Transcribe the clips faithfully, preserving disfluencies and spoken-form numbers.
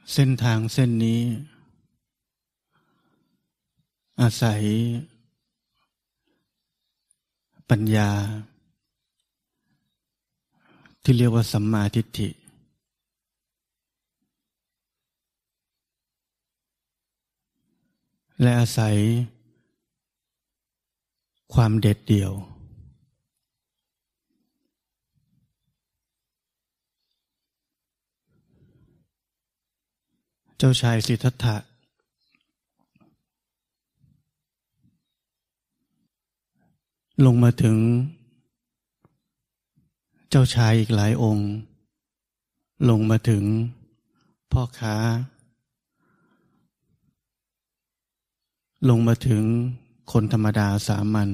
เส้นทางเส้นนี้อาศัยปัญญาที่เรียกว่าสัมมาทิฏฐิและอาศัยความเด็ดเดี่ยวเจ้าชายสิทธัตถะลงมาถึงเจ้าชายอีกหลายองค์ลงมาถึงพ่อค้าลงมาถึงคนธรรมดาสามัญ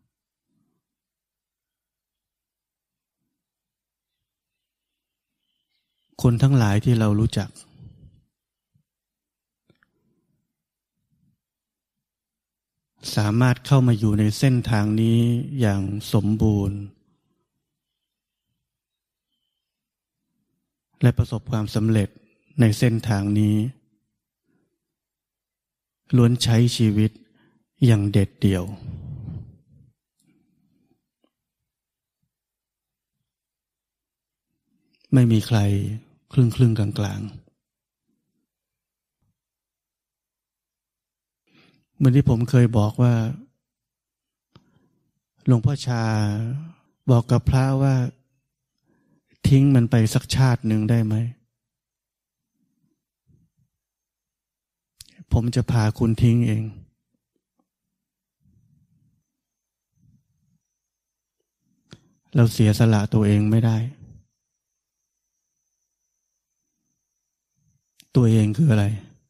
คนทั้งหลายที่เรารู้จักสามารถเข้ามาอยู่ในเส้นทางนี้อย่างสมบูรณ์และประสบความสำเร็จในเส้นทางนี้ล้วนใช้ชีวิตอย่างเด็ดเดี่ยวไม่มีใครครึ่งครึ่งกลางกลางเหมือนที่ผมเคยบอกว่าหลวงพ่อชาบอกกับพระว่าทิ้งมันไปสักชาติหนึ่งได้ไหมผมจะพาคุณทิ้งเองเราเสียสละตัวเองไม่ได้ตัวเองคืออะไร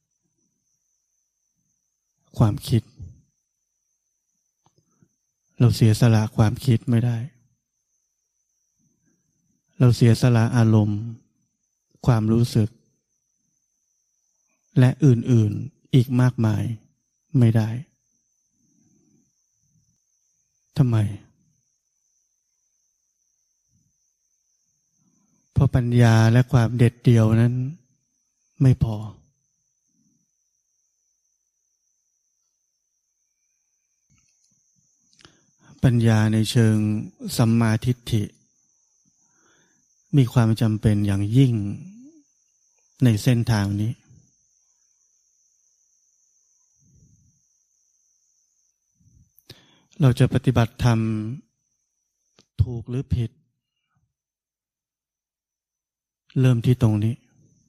ความคิดเราเสียสละความคิดไม่ได้เราเสียสละอารมณ์ความรู้สึกและอื่นๆอีกมากมายไม่ได้ทำไมเพราะปัญญาและความเด็ดเดี่ยวนั้นไม่พอปัญญาในเชิงสัมมาทิฏฐิมีความจำเป็นอย่างยิ่งในเส้นทางนี้เราจะปฏิบัติธรรมถูกหรือผิดเริ่มที่ตรงนี้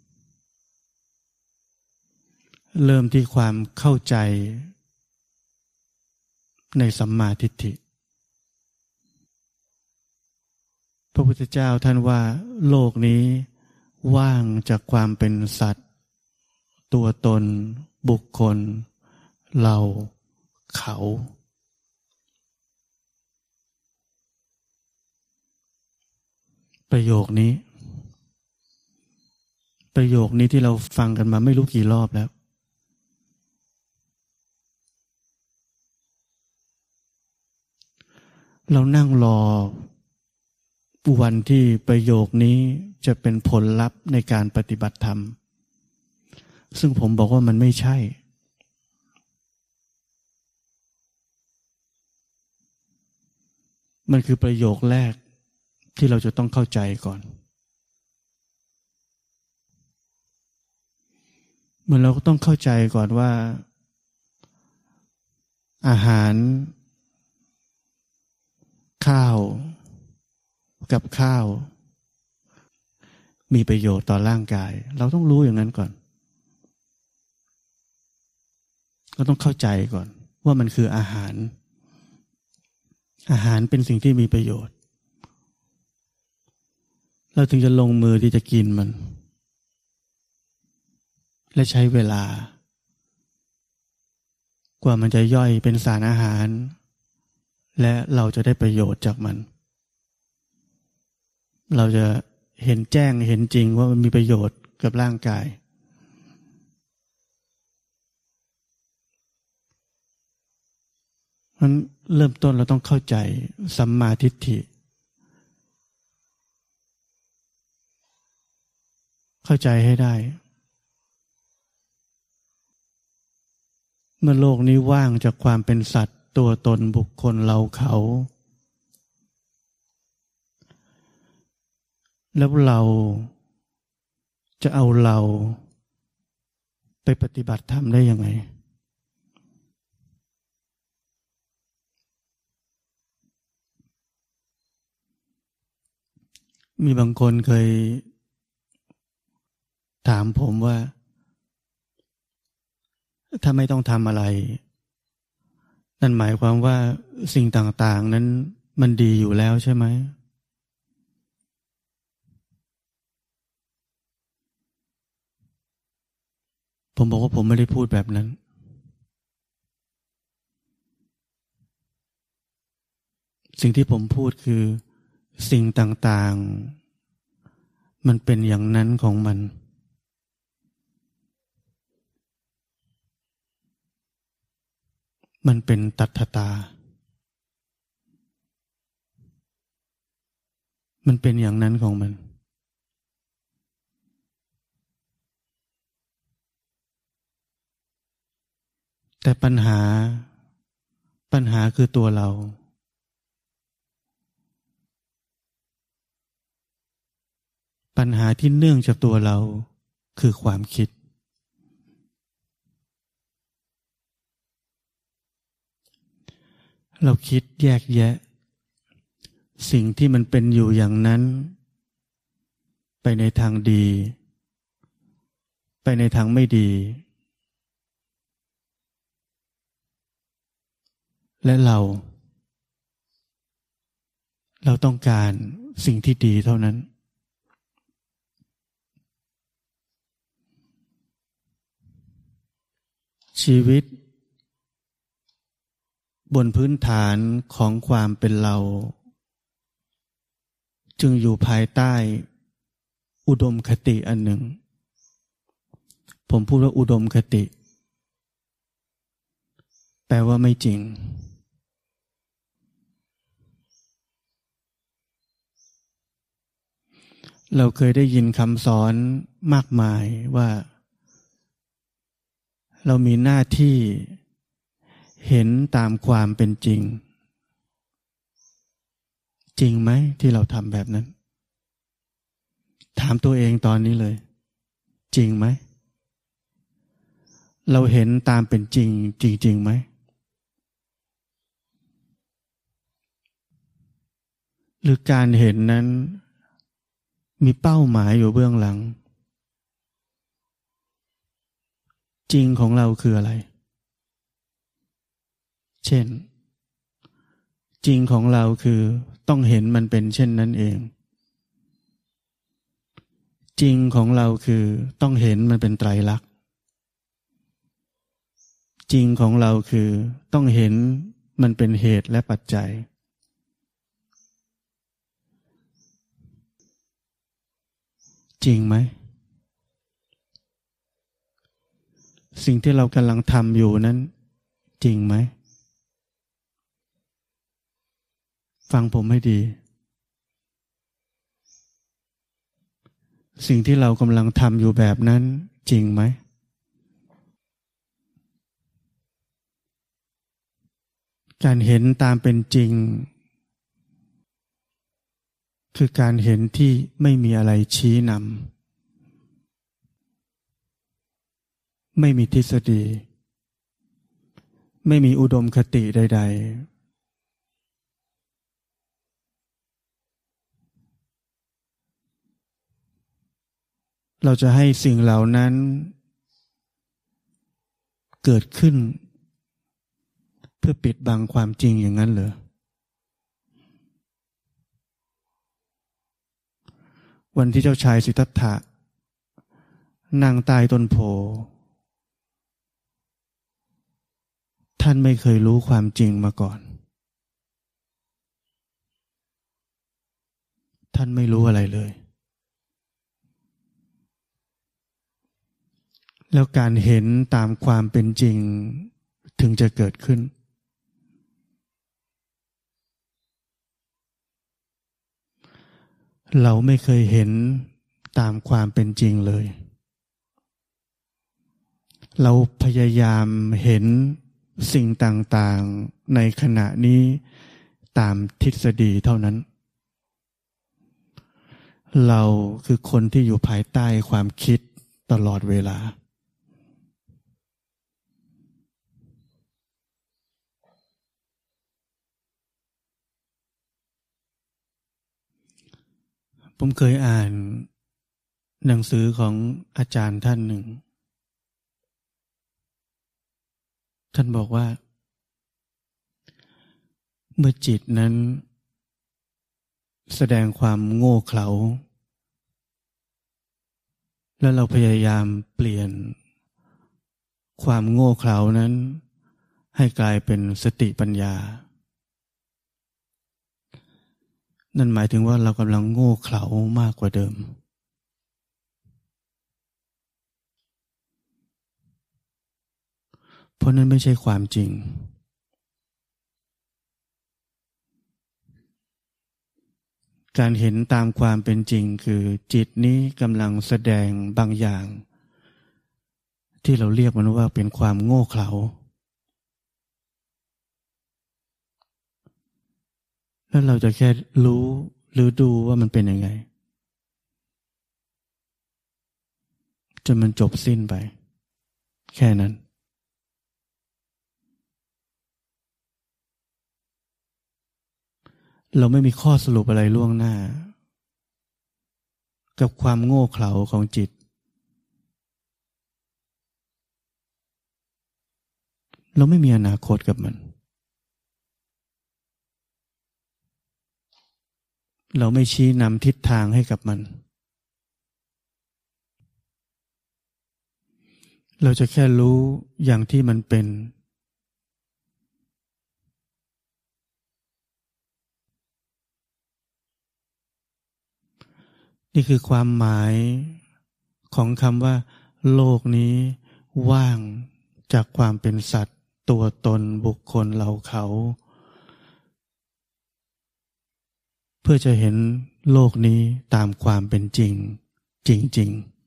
เริ่มที่ความเข้าใจในสัมมาทิฏฐิพระพุทธเจ้าท่านว่าโลกนี้ว่างจากความเป็นสัตว์ตัวตนบุคคลเราเขาประโยคนี้ประโยคนี้ที่เราฟังกันมาไม่รู้กี่รอบแล้วเรานั่งรอวันที่ประโยคนี้จะเป็นผลลัพธ์ในการปฏิบัติธรรมซึ่งผมบอกว่ามันไม่ใช่มันคือประโยคแรกที่เราจะต้องเข้าใจก่อนเหมือนเราก็ต้องเข้าใจก่อนว่าอาหารข้าวกับข้าวมีประโยชน์ต่อร่างกายเราต้องรู้อย่างนั้นก่อนเราต้องเข้าใจก่อนว่ามันคืออาหารอาหารเป็นสิ่งที่มีประโยชน์เราถึงจะลงมือที่จะกินมันและใช้เวลากว่ามันจะย่อยเป็นสารอาหารและเราจะได้ประโยชน์จากมันเราจะเห็นแจ้งเห็นจริงว่ามันมีประโยชน์กับร่างกายมันเริ่มต้นเราต้องเข้าใจสัมมาทิฏฐิเข้าใจให้ได้เมื่อโลกนี้ว่างจากความเป็นสัตว์ตัวตนบุคคลเราเขาแล้วเราจะเอาเราไปปฏิบัติธรรมได้ยังไงมีบางคนเคยถามผมว่าถ้าไม่ต้องทำอะไรนั่นหมายความว่าสิ่งต่างๆนั้นมันดีอยู่แล้วใช่ไหมผมบอกว่าผมไม่ได้พูดแบบนั้นสิ่งที่ผมพูดคือสิ่งต่างๆมันเป็นอย่างนั้นของมันมันเป็นตัทตามันเป็นอย่างนั้นของมันแต่ปัญหาปัญหาคือตัวเราปัญหาที่เนื่องจากตัวเราคือความคิดเราคิดแยกแยะสิ่งที่มันเป็นอยู่อย่างนั้นไปในทางดีไปในทางไม่ดีและเราเราต้องการสิ่งที่ดีเท่านั้นชีวิตบนพื้นฐานของความเป็นเราจึงอยู่ภายใต้อุดมคติอันหนึ่งผมพูดว่าอุดมคติแปลว่าไม่จริงเราเคยได้ยินคำสอนมากมายว่าเรามีหน้าที่เห็นตามความเป็นจริงจริงไหมที่เราทำแบบนั้นถามตัวเองตอนนี้เลยจริงไหมเราเห็นตามเป็นจริงจริงๆไหมหรือการเห็นนั้นมีเป้าหมายอยู่เบื้องหลังจริงของเราคืออะไรเช่นจริงของเราคือต้องเห็นมันเป็นเช่นนั้นเองจริงของเราคือต้องเห็นมันเป็นไตรลักษณ์จริงของเราคือต้องเห็นมันเป็นเหตุและปัจจัยจริงไหมสิ่งที่เรากำลังทำอยู่นั้นจริงไหมฟังผมให้ดีสิ่งที่เรากำลังทำอยู่แบบนั้นจริงไหมการเห็นตามเป็นจริงคือการเห็นที่ไม่มีอะไรชี้นำไม่มีทฤษฎีไม่มีอุดมคติใดๆเราจะให้สิ่งเหล่านั้นเกิดขึ้นเพื่อปิดบังความจริงอย่างนั้นเหรอวันที่เจ้าชายสิทธัตถะนั่งใต้ต้นโพท่านไม่เคยรู้ความจริงมาก่อนท่านไม่รู้อะไรเลยแล้วการเห็นตามความเป็นจริงถึงจะเกิดขึ้นเราไม่เคยเห็นตามความเป็นจริงเลยเราพยายามเห็นสิ่งต่างๆในขณะนี้ตามทฤษฎีเท่านั้นเราคือคนที่อยู่ภายใต้ความคิดตลอดเวลาผมเคยอ่านหนังสือของอาจารย์ท่านหนึ่งท่านบอกว่าเมื่อจิตนั้นแสดงความโง่เขลาแล้วเราพยายามเปลี่ยนความโง่เขลานั้นให้กลายเป็นสติปัญญานั่นหมายถึงว่าเรากำลังโง่เขลามากกว่าเดิมเพราะนั้นไม่ใช่ความจริงการเห็นตามความเป็นจริงคือจิตนี้กำลังแสดงบางอย่างที่เราเรียกมันว่าเป็นความโง่เขลาแล้วเราจะแค่รู้หรือดูว่ามันเป็นยังไงจนมันจบสิ้นไปแค่นั้นเราไม่มีข้อสรุปอะไรล่วงหน้ากับความโง่เขลาของจิตเราไม่มีอนาคตกับมันเราไม่ชี้นำทิศทางให้กับมันเราจะแค่รู้อย่างที่มันเป็นนี่คือความหมายของคำว่าโลกนี้ว่างจากความเป็นสัตว์ตัวตนบุคคลเราเขาเพื่อจะเห็นโลกนี้ตามความเป็นจริงจริง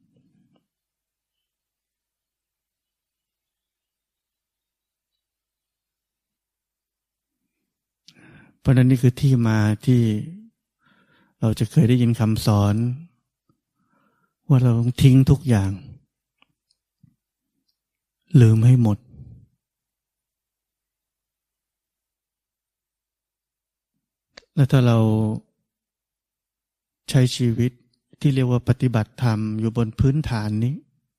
ๆเพราะนั้นนี่คือที่มาที่เราจะเคยได้ยินคำสอนว่าเราต้องทิ้งทุกอย่างลืมให้หมดและถ้าเราใช้ชีวิตที่เรียกว่าปฏิบัติธรรมอยู่บนพื้นฐานนี้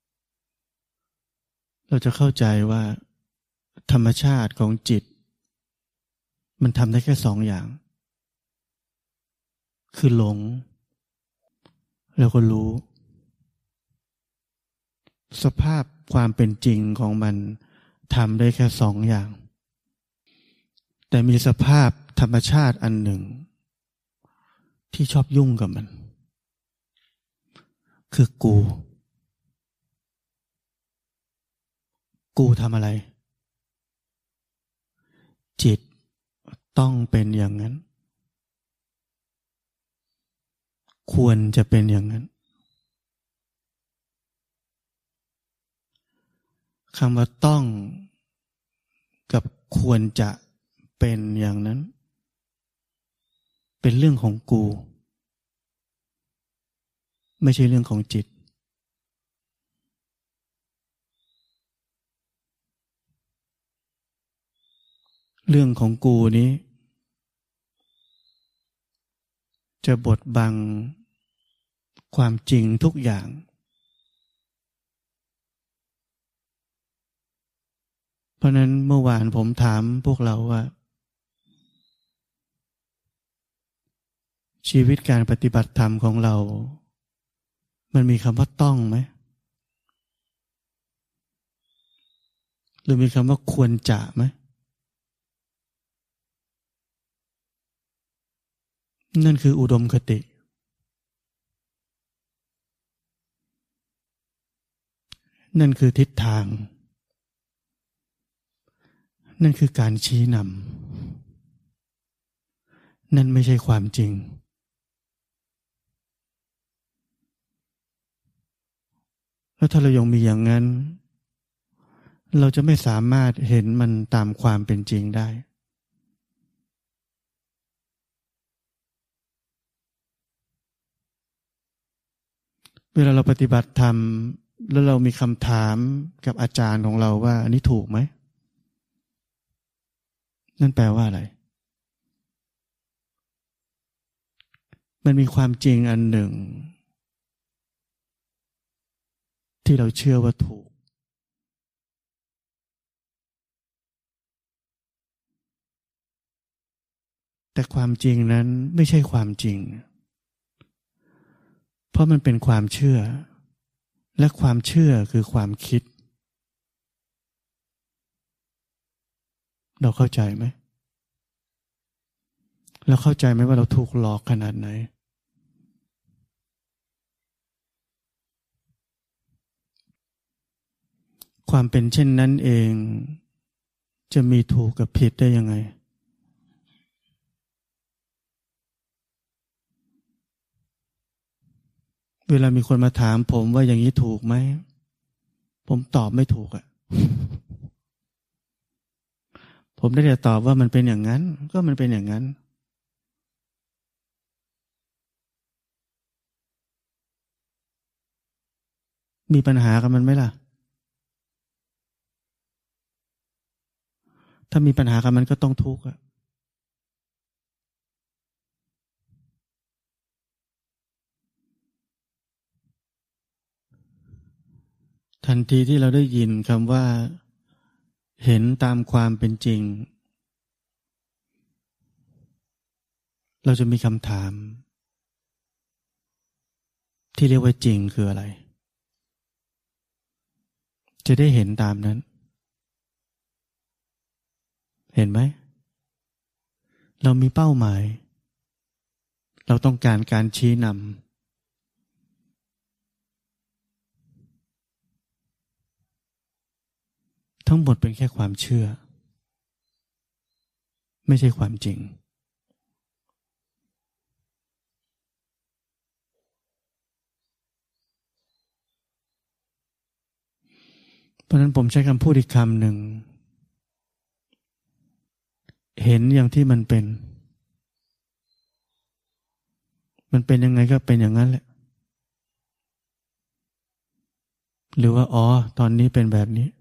เราจะเข้าใจว่าธรรมชาติของจิตมันทำได้แค่สองอย่างคือหลงแล้วก็รู้สภาพความเป็นจริงของมันทำได้แค่สองอย่างแต่มีสภาพธรรมชาติอันหนึ่งที่ชอบยุ่งกับมันคือกูกูทำอะไรจิตต้องเป็นอย่างนั้นควรจะเป็นอย่างนั้นคำว่าต้องกับควรจะเป็นอย่างนั้นเป็นเรื่องของกูไม่ใช่เรื่องของจิตเรื่องของกูนี้จะบดบังความจริงทุกอย่างเพราะนั้นเมื่อวานผมถามพวกเราว่าชีวิตการปฏิบัติธรรมของเรามันมีคำว่าต้องไหมหรือมีคำว่าควรจะไหมนั่นคืออุดมคตินั่นคือทิศทางนั่นคือการชี้นำนั่นไม่ใช่ความจริงแล้วถ้าเรายังมีอย่างนั้นเราจะไม่สามารถเห็นมันตามความเป็นจริงได้เวลาเราปฏิบัติธรรมแล้วเรามีคำถามกับอาจารย์ของเราว่าอันนี้ถูกไหมนั่นแปลว่าอะไรมันมีความจริงอันหนึ่งที่เราเชื่อว่าถูกแต่ความจริงนั้นไม่ใช่ความจริงเพราะมันเป็นความเชื่อและความเชื่อคือความคิดเราเข้าใจไหมเราเข้าใจไหมว่าเราถูกหลอกขนาดไหนความเป็นเช่นนั้นเองจะมีถูกกับผิดได้ยังไงเวลามีคนมาถามผมว่าอย่างนี้ถูกไหมผมตอบไม่ถูกอ่ะ ผมได้แต่ตอบว่ามันเป็นอย่างนั้นก็มันเป็นอย่างนั้นมีปัญหากับมันไหมล่ะถ้ามีปัญหากับมันก็ต้องทุกข์อ่ะทันทีที่เราได้ยินคำว่าเห็นตามความเป็นจริงเราจะมีคำถามที่เรียกว่าจริงคืออะไรจะได้เห็นตามนั้นเห็นไหมเรามีเป้าหมายเราต้องการการชี้นำทั้งหมดเป็นแค่ความเชื่อไม่ใช่ความจริงเพราะนั้นผมใช้คำพูดอีกคำหนึ่งเห็นอย่างที่มันเป็นมันเป็นยังไงก็เป็นอย่างนั้นแหละหรือว่าอ๋อตอนนี้เป็นแบบนี้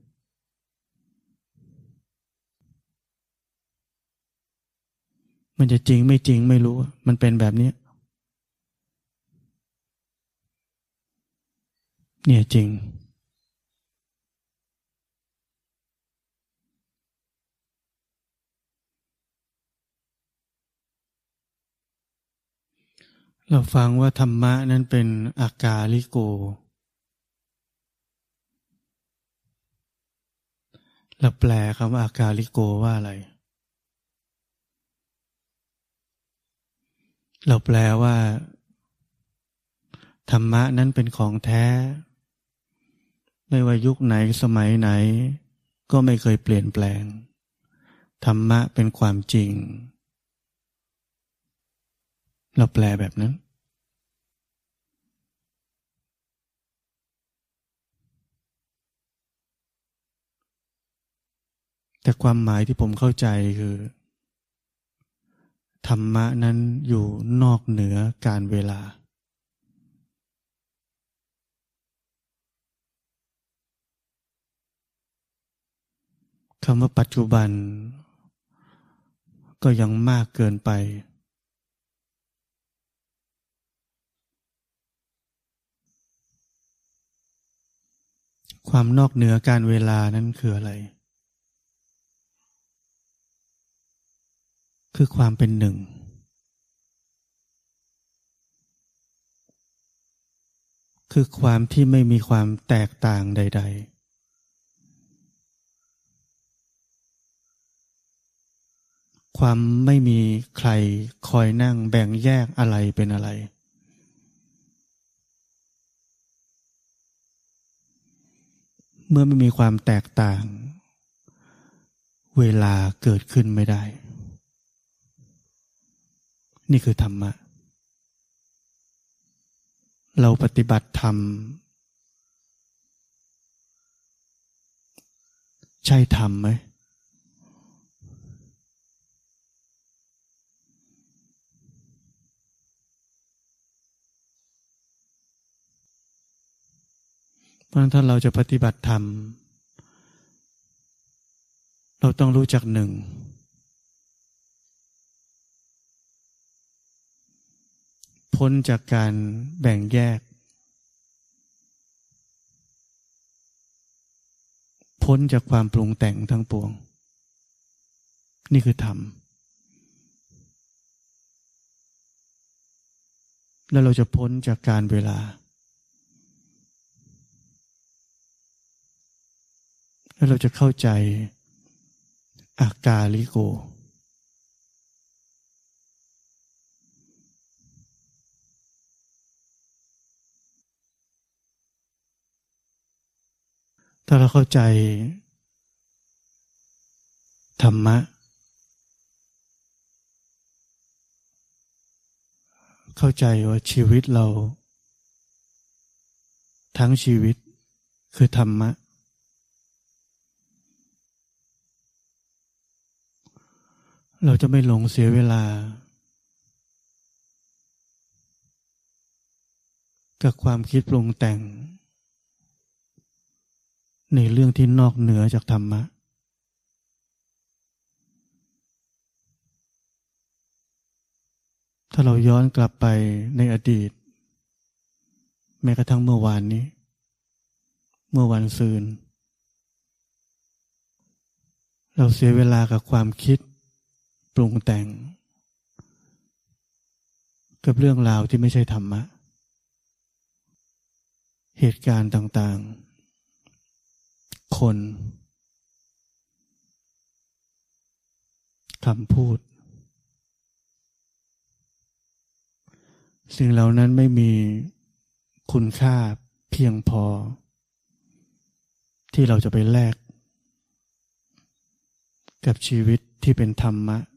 มันจะจริงไม่จริงไม่รู้มันเป็นแบบนี้เนี่ยจริงเราฟังว่าธรรมะนั้นเป็นอากาลิโกเราแปลคำว่าอากาลิโกว่าอะไรเราแปลว่าธรรมะนั้นเป็นของแท้ไม่ว่ายุคไหนสมัยไหนก็ไม่เคยเปลี่ยนแปลงธรรมะเป็นความจริงเราแปลแบบนั้นแต่ความหมายที่ผมเข้าใจคือธรรมะนั้นอยู่นอกเหนือการเวลาคำว่าปัจจุบันก็ยังมากเกินไปความนอกเหนือการเวลานั้นคืออะไรคือความเป็นหนึ่งคือความที่ไม่มีความแตกต่างใดๆความไม่มีใครคอยนั่งแบ่งแยกอะไรเป็นอะไรเมื่อไม่มีความแตกต่างเวลาเกิดขึ้นไม่ได้นี่คือธรรมะเราปฏิบัติธรรมใช่ธรรมไหมเพราะฉะนั้นถ้าเราจะปฏิบัติธรรมเราต้องรู้จักหนึ่งพ้นจากการแบ่งแยกพ้นจากความปรุงแต่งทั้งปวงนี่คือธรรมแล้วเราจะพ้นจากการเวลาแล้วเราจะเข้าใจอากาลิโกถ้าเราเข้าใจธรรมะเข้าใจว่าชีวิตเราทั้งชีวิตคือธรรมะเราจะไม่หลงเสียเวลากับความคิดปรุงแต่งในเรื่องที่นอกเหนือจากธรรมะถ้าเราย้อนกลับไปในอดีตแม้กระทั่งเมื่อวานนี้เมื่อวันซืนเราเสียเวลากับความคิดปรุงแต่งกับเรื่องราวที่ไม่ใช่ธรรมะเหตุการณ์ต่างๆคนคำพูดสิ่งเหล่านั้นไม่มีคุณค่าเพียงพอที่เราจะไปแลกกับชีวิตที่เป็นธรรมะ